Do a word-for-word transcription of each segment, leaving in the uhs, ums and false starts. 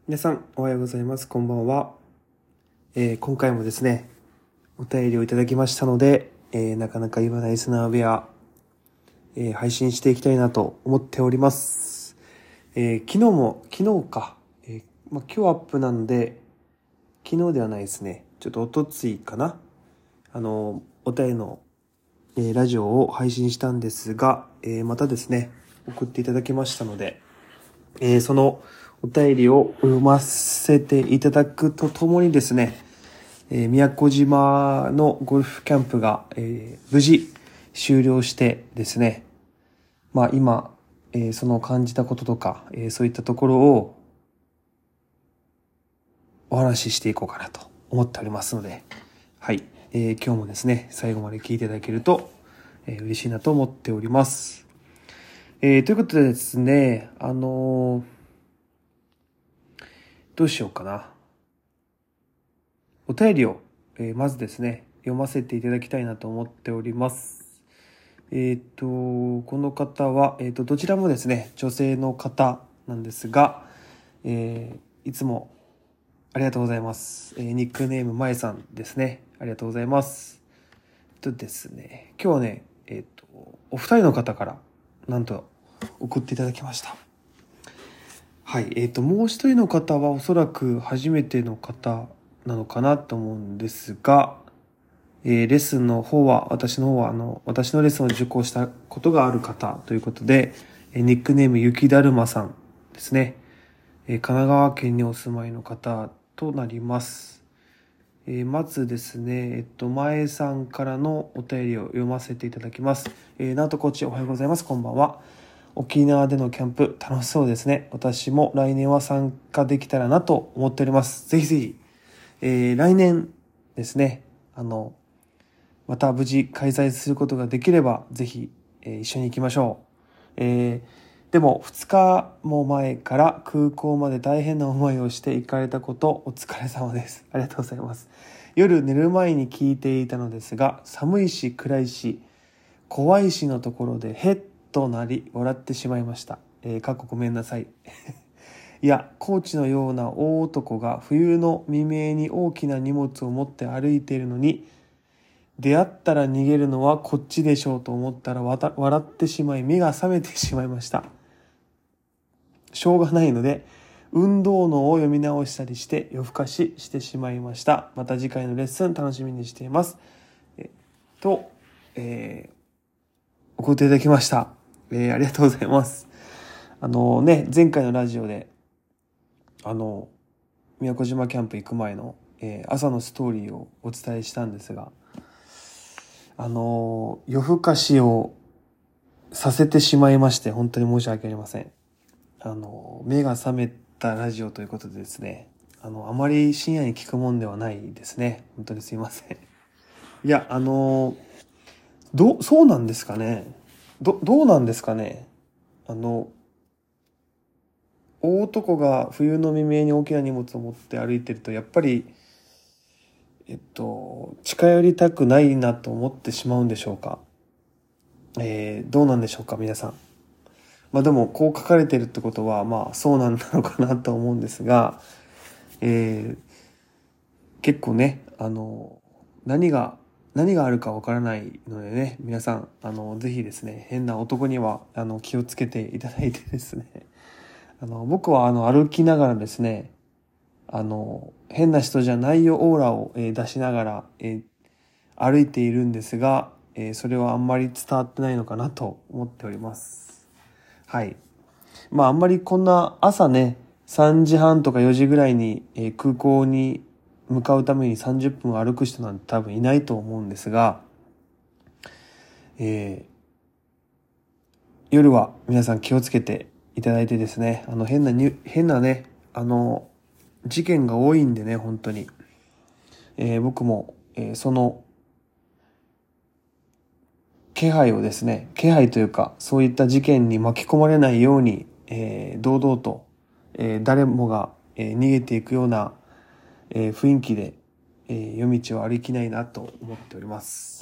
皆さんおはようございます。こんばんは。えー今回もですね、お便りをいただきましたので、えーなかなか言わないスナーベア、えー配信していきたいなと思っております。えー昨日も、昨日か、えーまあ、今日アップなんで、昨日ではないですね。ちょっとおとついかな。あの、お便りの、えーラジオを配信したんですが、えーまたですね、送っていただきましたので、えーそのお便りを読ませていただくとともにですね、えー宮古島のゴルフキャンプが、えー無事終了してですね、まあ今、えーその感じたこととか、えーそういったところをお話ししていこうかなと思っておりますので、はい、えー今日もですね、最後まで聞いていただけると、えー嬉しいなと思っております。えーということでですね、あのーどうしようかな。お便りを、えーまずですね、読ませていただきたいなと思っております。えっと、この方は、えっと、どちらもですね、女性の方なんですが、えーいつもありがとうございます。えーニックネームまえさんですね。ありがとうございます。えっとですね、今日はね、えっと、お二人の方から、なんと、送っていただきました。はい、えっと、もう一人の方はおそらく初めての方なのかなと思うんですが、えーレッスンの方は、私の方は、あの、私のレッスンを受講したことがある方ということで、えーニックネームゆきだるまさんですね。えー神奈川県にお住まいの方となります。えーまずですね、えっと、前さんからのお便りを読ませていただきます。えー、なおとコーチおはようございます。こんばんは。沖縄でのキャンプ楽しそうですね。私も来年は参加できたらなと思っております。ぜひぜひ、えー来年ですね、あの、また無事開催することができれば、ぜひ、えー一緒に行きましょう。えーでも、ふつかも前から空港まで大変な思いをして行かれたこと、お疲れ様です。ありがとうございます。夜寝る前に聞いていたのですが、寒いし暗いし、怖いしのところでヘッとなり、笑ってしまいました。えー、かっこごめんなさい。いや、コーチのような大男が冬の未明に大きな荷物を持って歩いているのに、出会ったら逃げるのはこっちでしょうと思ったらわた笑ってしまい目が覚めてしまいました。しょうがないので運動脳を読み直したりして夜更かししてしまいました。また次回のレッスン楽しみにしています。えと、えー、送っていただきました。えー、ありがとうございます。あのね、前回のラジオで、あの、宮古島キャンプ行く前の、えー朝のストーリーをお伝えしたんですが、あの、夜更かしをさせてしまいまして、本当に申し訳ありません。あの、目が覚めたラジオということでですね、あの、あまり深夜に聞くもんではないですね。本当にすいません。いや、あの、ど、そうなんですかね。ど、どうなんですかね。あの、大男が冬の未明に大きな荷物を持って歩いてると、やっぱり、えっと、近寄りたくないなと思ってしまうんでしょうか。えー、どうなんでしょうか、皆さん。まあでも、こう書かれてるってことは、まあそうなんだろうかなと思うんですが、えー、結構ね、あの、何が、何があるかわからないのでね、皆さん、あの、ぜひですね、変な男には、あの、気をつけていただいてですね、あの、僕は、あの、歩きながらですね、あの、変な人じゃないよオーラを、えー出しながら、えー歩いているんですが、えーそれはあんまり伝わってないのかなと思っております。はい。まああんまりこんな朝ね、さんじはんとかよじぐらいに、えー空港に向かうためにさんじゅっぷん歩く人なんて多分いないと思うんですが、えー夜は皆さん気をつけていただいてですね、あの変なに、変なね、あの、事件が多いんでね、本当に。えー僕も、えーその気配をですね、気配というか、そういった事件に巻き込まれないように、えー堂々と、えー誰もが、えー逃げていくような、えー雰囲気で、えー夜道を歩きないなと思っております。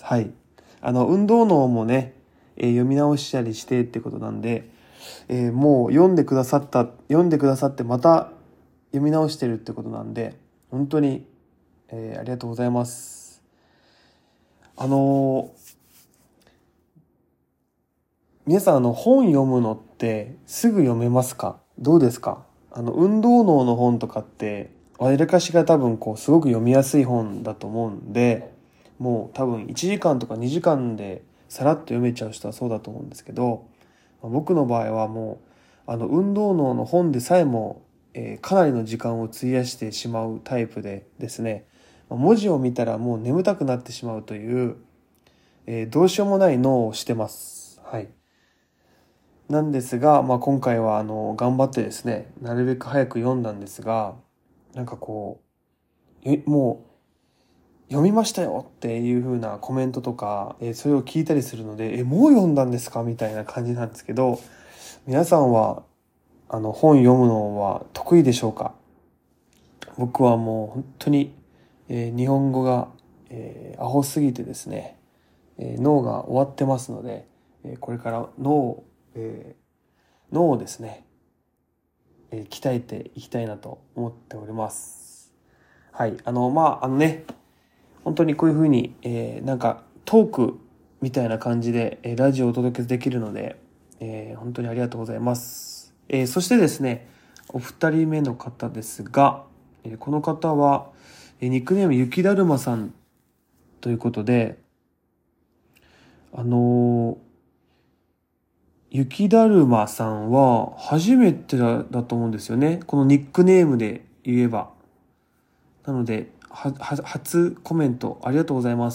はい。あの、運動脳もね、えー読み直したりしてってことなんで、えーもう読んでくださった、読んでくださってまた読み直してるってことなんで、本当に、えー、ありがとうございます。あのー、皆さんあの本読むのってすぐ読めますか？どうですか？あの運動脳の本とかってわりかしが多分こうすごく読みやすい本だと思うんで、もう多分いちじかんとかにじかんでさらっと読めちゃう人はそうだと思うんですけど、僕の場合はもうあの運動脳の本でさえも、えーかなりの時間を費やしてしまうタイプでですね、文字を見たらもう眠たくなってしまうという、えーどうしようもない脳をしてます。はい。なんですが、まあ、今回はあの頑張ってですね、なるべく早く読んだんですが、なんかこう、えもう読みましたよっていう風なコメントとか、えーそれを聞いたりするので、え、もう読んだんですかみたいな感じなんですけど、皆さんはあの本読むのは得意でしょうか？僕はもう本当に、えー日本語が、えーアホすぎてですね、えー脳が終わってますので、えーこれから脳を、えー脳をですね、えー鍛えていきたいなと思っております。はい。あの、まあ、あのね、本当にこういうふうに、えーなんかトークみたいな感じで、えーラジオをお届けできるので、えー本当にありがとうございます。えーそしてですね、お二人目の方ですが、えーこの方は、えーニックネーム雪だるまさんということで、あのー雪だるまさんは初めてだ、だと思うんですよね。このニックネームで言えば。なので、は、は、初コメントありがとうございます。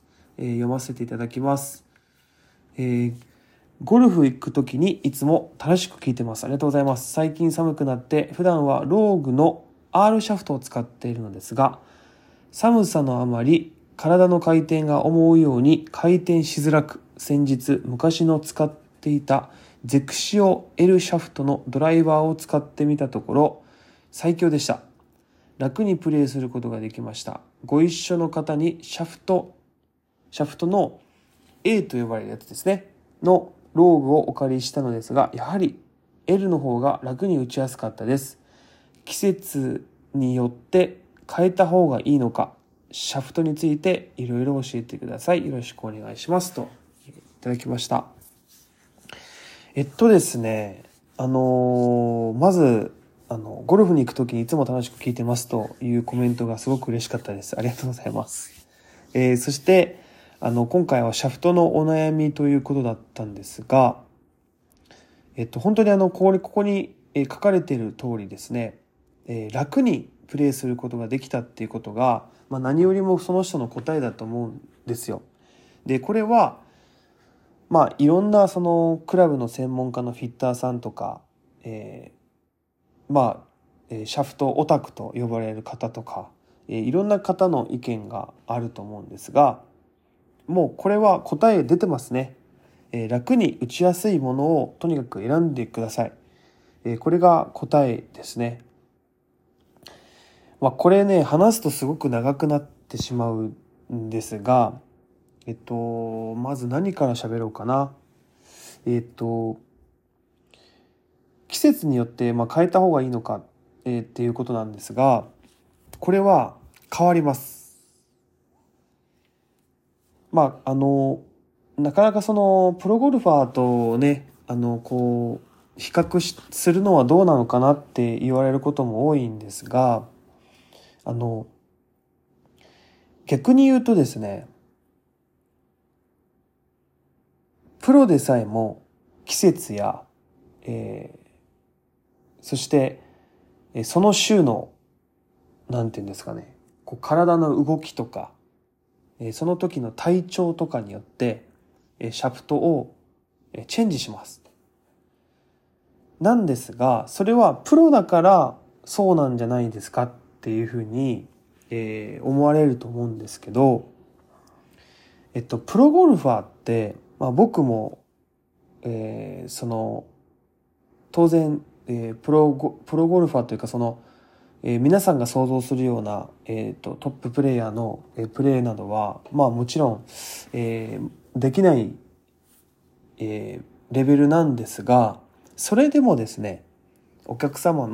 えー読ませていただきます。えーゴルフ行くときにいつも楽しく聞いてます。ありがとうございます。最近寒くなって普段はローグの R シャフトを使っているのですが、寒さのあまり体の回転が思うように回転しづらく、先日昔の使っていたゼクシオ L シャフトのドライバーを使ってみたところ最強でした。楽にプレイすることができました。ご一緒の方にシャフト、シャフトの A と呼ばれるやつですね、のローグをお借りしたのですが、やはり L の方が楽に打ちやすかったです。季節によって変えた方がいいのか、シャフトについていろいろ教えてください。よろしくお願いします。といただきました。えっとですね、あのーまず、あの、ゴルフに行くときにいつも楽しく聞いてますというコメントがすごく嬉しかったです。ありがとうございます。えーそして、あの、今回はシャフトのお悩みということだったんですが、えっと、本当にあの、ここに、ここにえー書かれている通りですね、えー楽にプレイすることができたっていうことが、まあ、何よりもその人の答えだと思うんですよ。で、これは、まあ、いろんなそのクラブの専門家のフィッターさんとか、えーまあ、えーシャフトオタクと呼ばれる方とか、えーいろんな方の意見があると思うんですが、もうこれは答え出てますね。えー楽に打ちやすいものをとにかく選んでください。えーこれが答えですね。まあ、これね、話すとすごく長くなってしまうんですが、えっと、まず何から喋ろうかな。えっと、季節によってまあ変えた方がいいのか、えーっていうことなんですが、これは変わります。まあ、あの、なかなかその、プロゴルファーとね、あの、こう、比較しするのはどうなのかなって言われることも多いんですが、あの、逆に言うとですね、プロでさえも季節や、えーそして、えーその週の、なんていうんですかね、こう体の動きとか、えーその時の体調とかによって、えーシャフトをえーチェンジします。なんですが、それはプロだからそうなんじゃないですかっていうふうに、えー思われると思うんですけど、えっと、プロゴルファーって、まあ僕も、えーその、当然、えープロゴ、プロゴルファーというかその、えー皆さんが想像するような、えーと、トッププレイヤーの、えープレーなどは、まあもちろん、えーできない、えーレベルなんですが、それでもですね、お客様の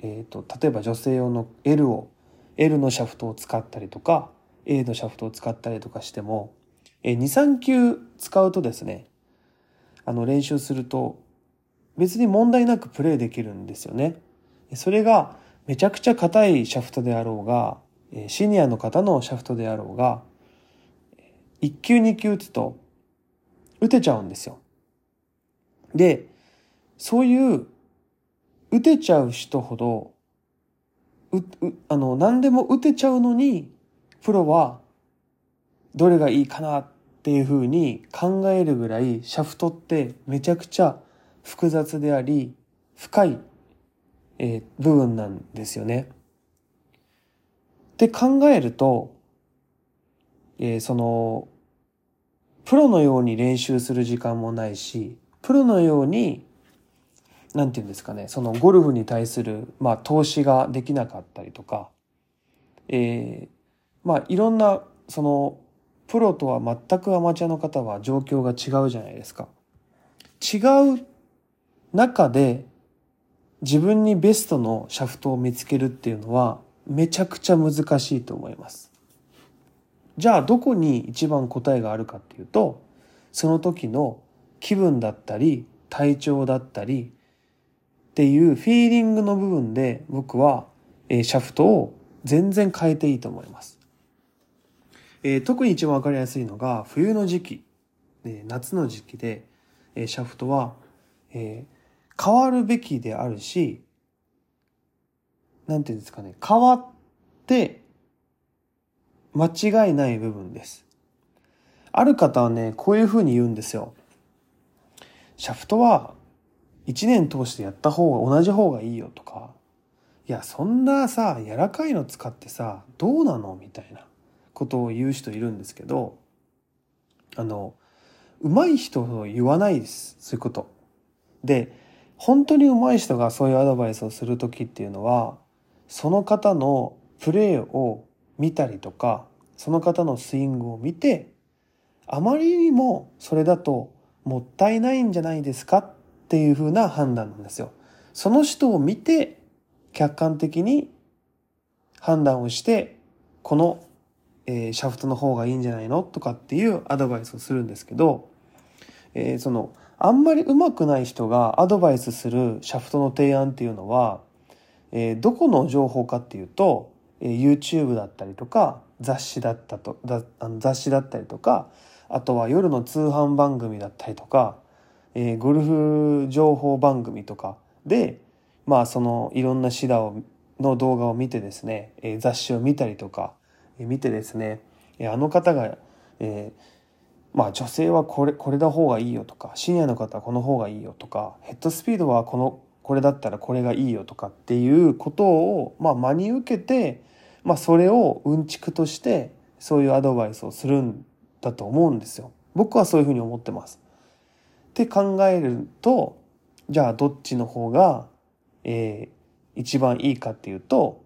えーと、例えば女性用の L を L のシャフトを使ったりとか A のシャフトを使ったりとかしても、えー、にさんきゅう使うとですね、あの練習すると別に問題なくプレイできるんですよね。それがめちゃくちゃ硬いシャフトであろうが、シニアの方のシャフトであろうが、いっきゅうにきゅう打つと打てちゃうんですよ。で、そういう打てちゃう人ほど、う、う、あの、何でも打てちゃうのに、プロはどれがいいかなっていうふうに考えるぐらい、シャフトってめちゃくちゃ複雑であり、深い、えー部分なんですよね。って考えると、えーその、プロのように練習する時間もないし、プロのように、なんていうんですかね、そのゴルフに対する、まあ、投資ができなかったりとか、えーまあ、いろんな、その、プロとは全くアマチュアの方は状況が違うじゃないですか。違う中で自分にベストのシャフトを見つけるっていうのはめちゃくちゃ難しいと思います。じゃあどこに一番答えがあるかっていうと、その時の気分だったり体調だったりっていうフィーリングの部分で僕はシャフトを全然変えていいと思います。えー、特に一番わかりやすいのが冬の時期、えー、夏の時期で、えー、シャフトは、えー、変わるべきであるし、なんていうんですかね、変わって間違いない部分です。ある方はね、こういうふうに言うんですよ。シャフトは一年通してやった方が同じ方がいいよとか、いやそんなさ柔らかいの使ってさどうなのみたいなことを言う人いるんですけど、あの上手い人は言わないです、そういうこと。で、本当に上手い人がそういうアドバイスをする時っていうのは、その方のプレーを見たりとか、その方のスイングを見て、あまりにもそれだともったいないんじゃないですかっていう風な判断なんですよ。その人を見て客観的に判断をして、この、えーシャフトの方がいいんじゃないのとかっていうアドバイスをするんですけど、えーそのあんまり上手くない人がアドバイスするシャフトの提案っていうのは、えーどこの情報かっていうと、えー YouTube だったりとか雑誌だったとだあの雑誌だったりとか、あとは夜の通販番組だったりとか、えーゴルフ情報番組とかで、まあそのいろんなシダをの動画を見てですね、えー雑誌を見たりとか、えー見てですね、えーあの方が、えーまあ女性はこれ、これだ方がいいよとか、シニアの方はこの方がいいよとか、ヘッドスピードはこの、これだったらこれがいいよとかっていうことを、まあ真に受けて、まあそれをうんちくとして、そういうアドバイスをするんだと思うんですよ。僕はそういうふうに思ってます。って考えると、じゃあどっちの方が、えー、一番いいかっていうと、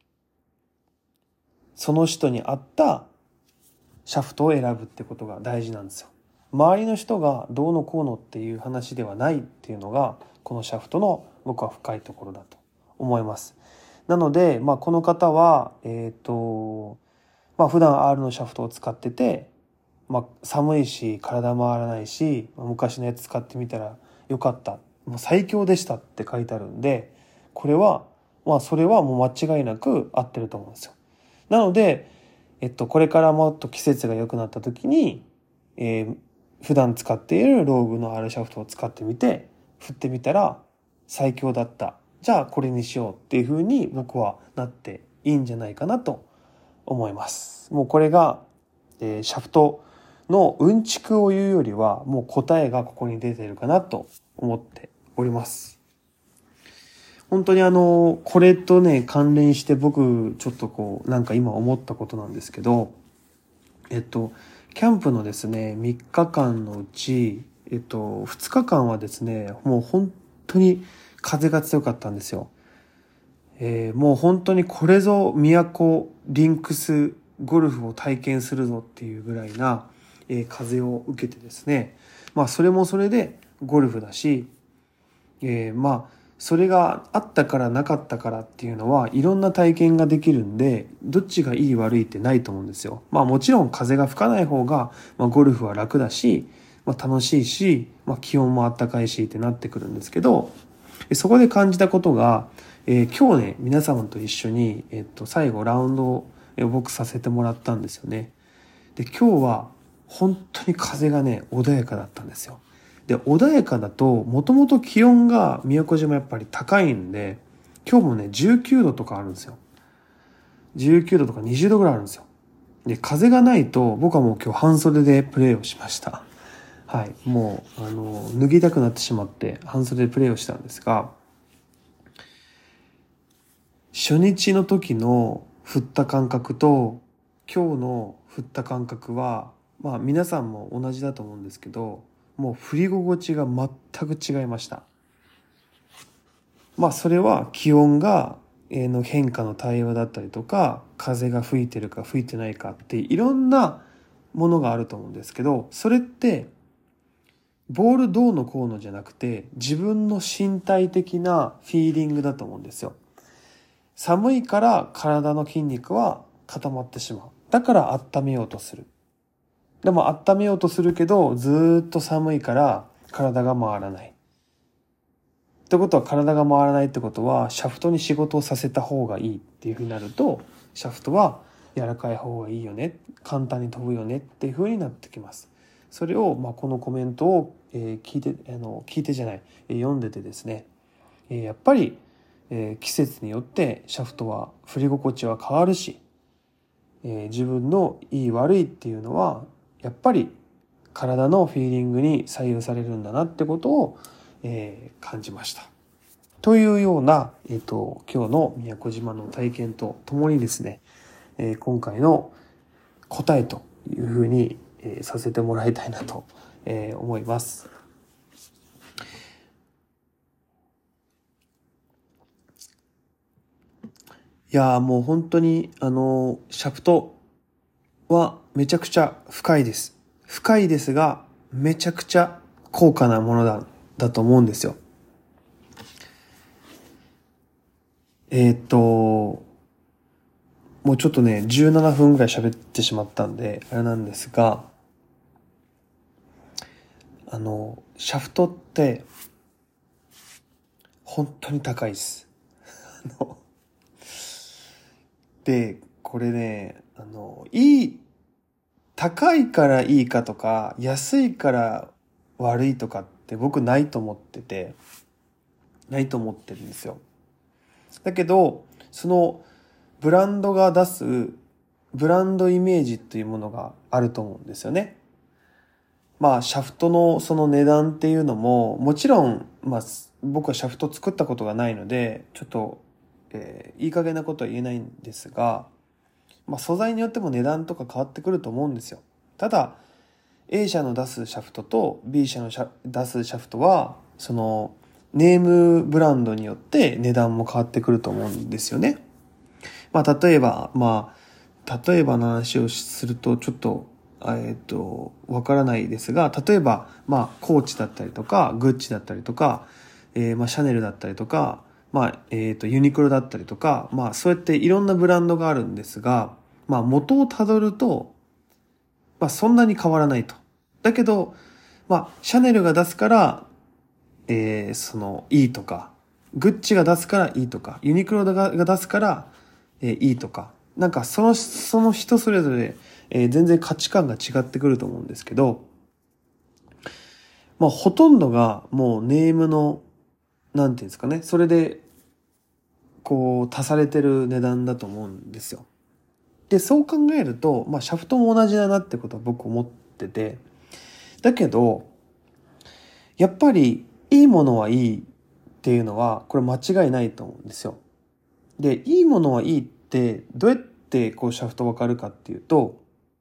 その人に合ったシャフトを選ぶってことが大事なんですよ。周りの人がどうのこうのっていう話ではないっていうのがこのシャフトの僕は深いところだと思います。なので、まあ、この方はえっとまあ普段 R のシャフトを使ってて、まあ、寒いし体回らないし昔のやつ使ってみたらよかった、もう最強でしたって書いてあるんで、これはまあそれはもう間違いなく合ってると思うんですよ。なのでえっと、これからもっと季節が良くなった時に、えー、普段使っているローグの R シャフトを使ってみて、振ってみたら最強だった。じゃあこれにしようっていう風に僕はなっていいんじゃないかなと思います。もうこれが、えー、シャフトのうんちくを言うよりは、もう答えがここに出ているかなと思っております。本当にあの、これとね、関連して僕、ちょっとこう、なんか今思ったことなんですけど、えっと、キャンプのですね、みっかかんのうち、えっと、ふつかかんはですね、もう本当に風が強かったんですよ。えーもう本当にこれぞ都リンクスゴルフを体験するぞっていうぐらいな、えー風を受けてですね、まあそれもそれでゴルフだし、えーまあそれがあったからなかったからっていうのはいろんな体験ができるんで、どっちがいい悪いってないと思うんですよ。まあもちろん風が吹かない方が、まあ、ゴルフは楽だし、まあ、楽しいし、まあ、気温も暖かいしってなってくるんですけど、そこで感じたことが、えー今日ね、皆様と一緒に、えっと、最後ラウンドをえー僕させてもらったんですよね。で、今日は本当に風がね、穏やかだったんですよ。で、穏やかだと、もともと気温が宮古島やっぱり高いんで、今日もね、じゅうきゅうどとかあるんですよ。じゅうきゅうどとかにじゅうどぐらいあるんですよ。で、風がないと、僕はもう今日半袖でプレーをしました。はい。もう、あの、脱ぎたくなってしまって、半袖でプレーをしたんですが、初日の時の振った感覚と、今日の振った感覚は、まあ皆さんも同じだと思うんですけど、もう振り心地が全く違いました。まあそれは気温が、えーの変化の対応だったりとか、風が吹いてるか吹いてないかっていろんなものがあると思うんですけど、それってボールどうのこうのじゃなくて、自分の身体的なフィーリングだと思うんですよ。寒いから体の筋肉は固まってしまう。だから温めようとする。でも温めようとするけど、ずーっと寒いから体が回らない。ってことは体が回らないってことは、シャフトに仕事をさせた方がいいっていうふうになると、シャフトは柔らかい方がいいよね。簡単に飛ぶよねっていうふうになってきます。それを、まあ、このコメントを、えー聞いて、あの、聞いてじゃない、えー読んでてですね、えーやっぱり、えー季節によってシャフトは振り心地は変わるし、えー自分のいい悪いっていうのはやっぱり体のフィーリングに左右されるんだなってことを、えー感じました。というような、えっと、今日の宮古島の体験とともにですね、えー今回の答えというふうに、えーさせてもらいたいなと、えー思います。いやーもう本当に、あのーシャフトはめちゃくちゃ深いです。深いですが、めちゃくちゃ高価なものだ、だと思うんですよ。えーっと、もうちょっとね、じゅうななふんぐらい喋ってしまったんで、あれなんですが、あの、シャフトって本当に高いです。あので、これね、あの、いい、高いからいいかとか、安いから悪いとかって僕ないと思ってて、ないと思ってるんですよ。だけど、そのブランドが出すブランドイメージっていうものがあると思うんですよね。まあ、シャフトのその値段っていうのも、もちろん、まあ、僕はシャフト作ったことがないので、ちょっと、えーいい加減なことは言えないんですが、まあ、素材によっても値段とか変わってくると思うんですよ。ただ、A 社の出すシャフトと B 社のシャ出すシャフトは、その、ネームブランドによって値段も変わってくると思うんですよね。まあ、例えば、まあ、例えばの話をすると、ちょっと、えっと、わからないですが、例えば、まあ、コーチだったりとか、グッチだったりとか、えー、まあ、シャネルだったりとか、まあ、えっと、ユニクロだったりとか、まあ、そうやっていろんなブランドがあるんですが、まあ、元をたどると、まあ、そんなに変わらないと。だけど、まあ、シャネルが出すから、えー、その、いいとか、グッチが出すからいいとか、ユニクロがが出すから、えーいいとか、なんかその、その人それぞれ、えー全然価値観が違ってくると思うんですけど、まあ、ほとんどがもうネームの、なんていうんですかね、それで、こう、足されてる値段だと思うんですよ。で、そう考えると、まあ、シャフトも同じだなってことは僕思ってて、だけど、やっぱり、いいものはいいっていうのは、これ間違いないと思うんですよ。で、いいものはいいって、どうやってこうシャフトわかるかっていうと、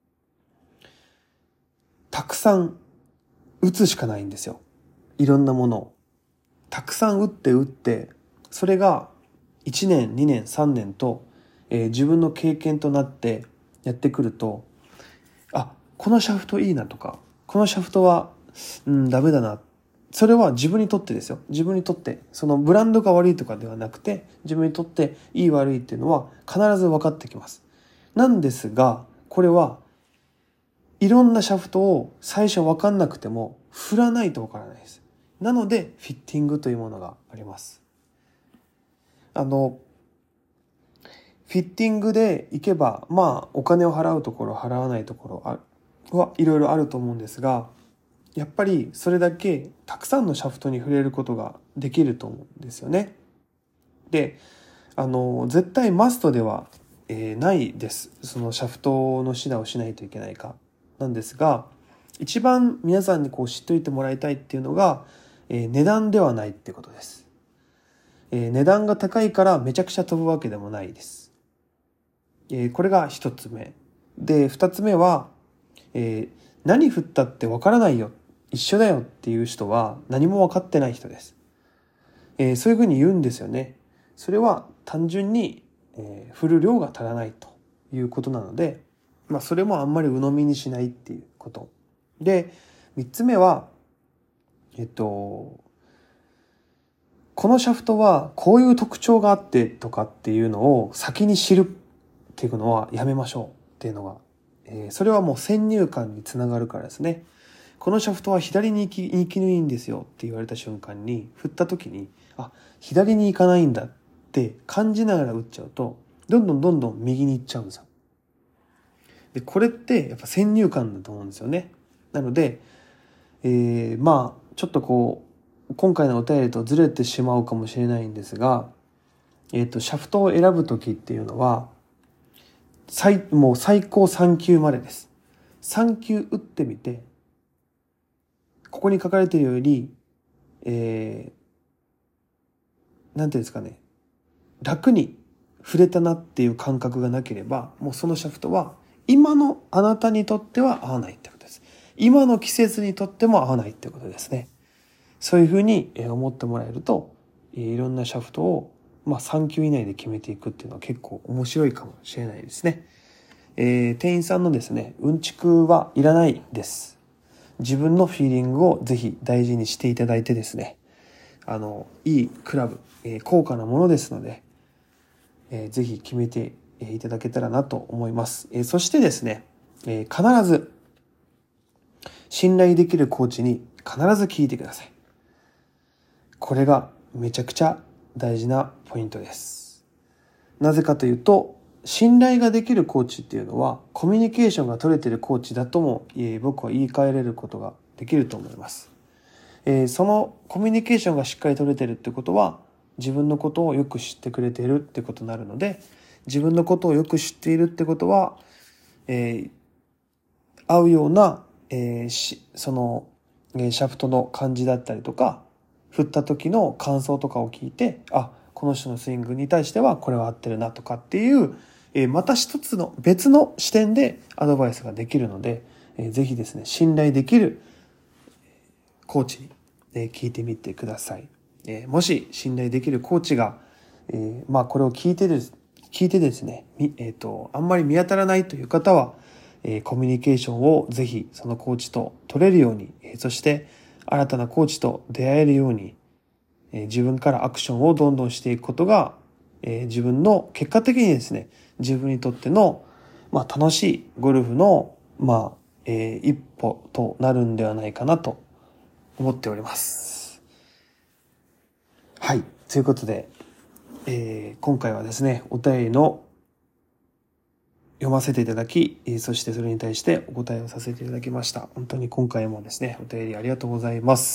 たくさん打つしかないんですよ。いろんなものを。たくさん打って打って、それがいちねん、にねん、さんねんと、えー自分の経験となってやってくると、あ、このシャフトいいなとか、このシャフトは、うん、ダメだなっそれは自分にとってですよ。自分にとって、そのブランドが悪いとかではなくて、自分にとっていい悪いっていうのは必ず分かってきます。なんですが、これはいろんなシャフトを最初分かんなくても振らないと分からないです。なのでフィッティングというものがあります。あのフィッティングでいけば、まあお金を払うところ払わないところはいろいろあると思うんですが、やっぱりそれだけたくさんのシャフトに触れることができると思うんですよね。で、あの絶対マストでは、えーないです。そのシャフトの指導をしないといけないかなんですが、一番皆さんにこう知っておいてもらいたいっていうのが、えー値段ではないってことです。えー値段が高いからめちゃくちゃ飛ぶわけでもないです。えーこれが一つ目で、二つ目は、えー何振ったってわからないよ、一緒だよっていう人は何も分かってない人です。えーそういうふうに言うんですよね。それは単純に、えー振る量が足らないということなので、まあそれもあんまり鵜呑みにしないっていうこと。で、三つ目は、えっと、このシャフトはこういう特徴があってとかっていうのを先に知るっていうのはやめましょうっていうのが、えーそれはもう先入観につながるからですね。このシャフトは左に行き、行きのいいんですよって言われた瞬間に、振った時に、あ、左に行かないんだって感じながら打っちゃうと、どんどんどんどん右に行っちゃうんですよ。で、これってやっぱ先入観だと思うんですよね。なので、えーまあ、ちょっとこう、今回のお便りとずれてしまうかもしれないんですが、えっと、シャフトを選ぶ時っていうのは、最、もう最高さん球までです。さん球打ってみて、ここに書かれているより、えー、なんていうんですかね、楽に触れたなっていう感覚がなければ、もうそのシャフトは、今のあなたにとっては合わないってことです。今の季節にとっても合わないってことですね。そういうふうに思ってもらえると、いろんなシャフトを、まあ、さん球以内で決めていくっていうのは結構面白いかもしれないですね。えー、店員さんのですね、うんちくはいらないです。自分のフィーリングをぜひ大事にしていただいてですね、あの、いいクラブ、えー、高価なものですので、えー、ぜひ決めていただけたらなと思います。えー、そしてですね、えー、必ず信頼できるコーチに必ず聞いてください。これがめちゃくちゃ大事なポイントです。なぜかというと、信頼ができるコーチっていうのはコミュニケーションが取れているコーチだとも、えー、僕は言い換えれることができると思います。えー、そのコミュニケーションがしっかり取れてるってことは、自分のことをよく知ってくれているってことになるので、自分のことをよく知っているってことは、えー、合うような、えー、しその、えー、シャフトの感じだったりとか、振った時の感想とかを聞いて、あ、この人のスイングに対してはこれは合ってるなとかっていう、えー、また一つの別の視点でアドバイスができるので、えー、ぜひですね、信頼できるコーチに、えー、聞いてみてください。えー、もし信頼できるコーチが、えー、まあこれを聞いてです、聞いてですね、えっと、あんまり見当たらないという方は、えー、コミュニケーションをぜひそのコーチと取れるように、えー、そして新たなコーチと出会えるように、えー、自分からアクションをどんどんしていくことが、えー、自分の結果的にですね、自分にとっての、まあ、楽しいゴルフの、まあ、えー、一歩となるんではないかなと思っております。はい。ということで、えー、今回はですね、お便りの読ませていただき、そしてそれに対してお答えをさせていただきました。本当に今回もですね、お便りありがとうございます。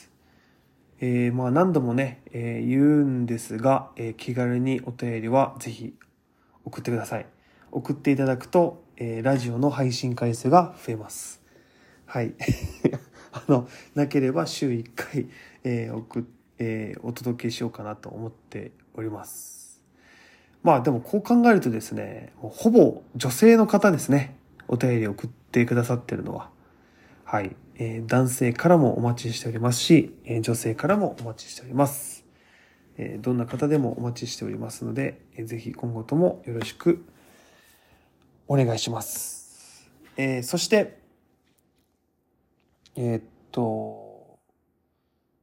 えー、まあ何度もね、えー、言うんですが、えー、気軽にお便りはぜひ送ってください。送っていただくと、えー、ラジオの配信回数が増えます。はい。あの、なければ週いっかい、えー、送っ、えー、お届けしようかなと思っております。まあでもこう考えるとですね、もうほぼ女性の方ですね。お便り送ってくださってるのは。はい。えー、男性からもお待ちしておりますし、えー、女性からもお待ちしております。えー、どんな方でもお待ちしておりますので、えー、ぜひ今後ともよろしくお願いします。えー、そして、えーっと、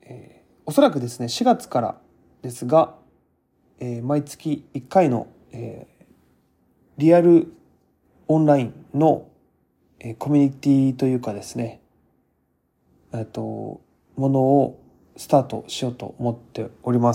えー、おそらくですね、しがつからですが、えー、毎月いっかいの、えー、リアルオンラインの、えー、コミュニティというかですね、えっと、ものをスタートしようと思っております。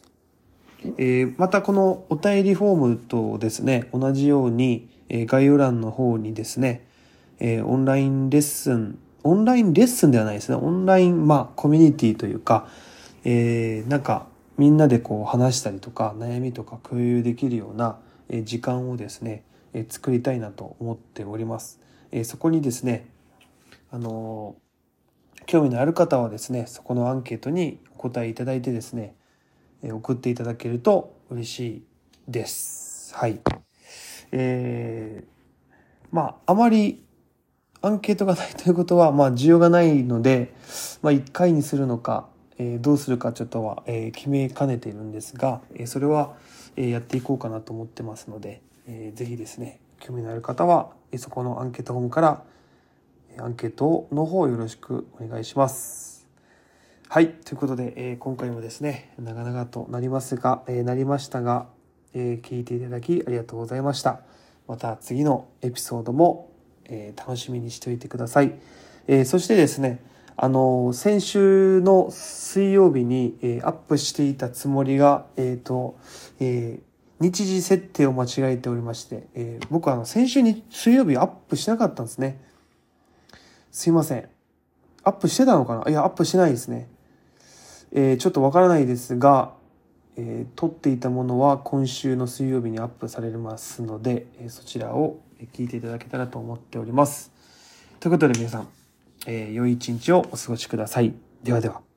えー、またこのお便りフォームとですね、同じように、えー、概要欄の方にですね、えー、オンラインレッスン、オンラインレッスンではないですね、オンライン、まあ、コミュニティというか、えー、なんか、みんなでこう話したりとか、悩みとか共有できるような、えー、時間をですね、えー、作りたいなと思っております。えー、そこにですね、あのー興味のある方はですね、そこのアンケートにお答えいただいてですね、送っていただけると嬉しいです。はい。えー、まあ、あまりアンケートがないということは、まあ、需要がないので、まあ、いっかいにするのか、えー、どうするかちょっとは、えー、決めかねているんですが、えー、それは、えー、やっていこうかなと思ってますので、えー、ぜひですね、興味のある方は、そこのアンケートフォームからアンケートの方よろしくお願いします。はい。ということで、えー、今回もですね、長々となりますが、えー、なりましたが、えー、聞いていただきありがとうございました。また次のエピソードも、えー、楽しみにしておいてください。えー、そしてですね、あのー、先週の水曜日に、えー、アップしていたつもりが、えっと、えー、日時設定を間違えておりまして、えー、僕はあの先週に水曜日アップしなかったんですね。すいません。アップしてたのかないや、アップしてないですね。えー、ちょっとわからないですが、えー、撮っていたものは今週の水曜日にアップされますので、えー、そちらを聞いていただけたらと思っております。ということで皆さん、えー、良い一日をお過ごしください。ではでは。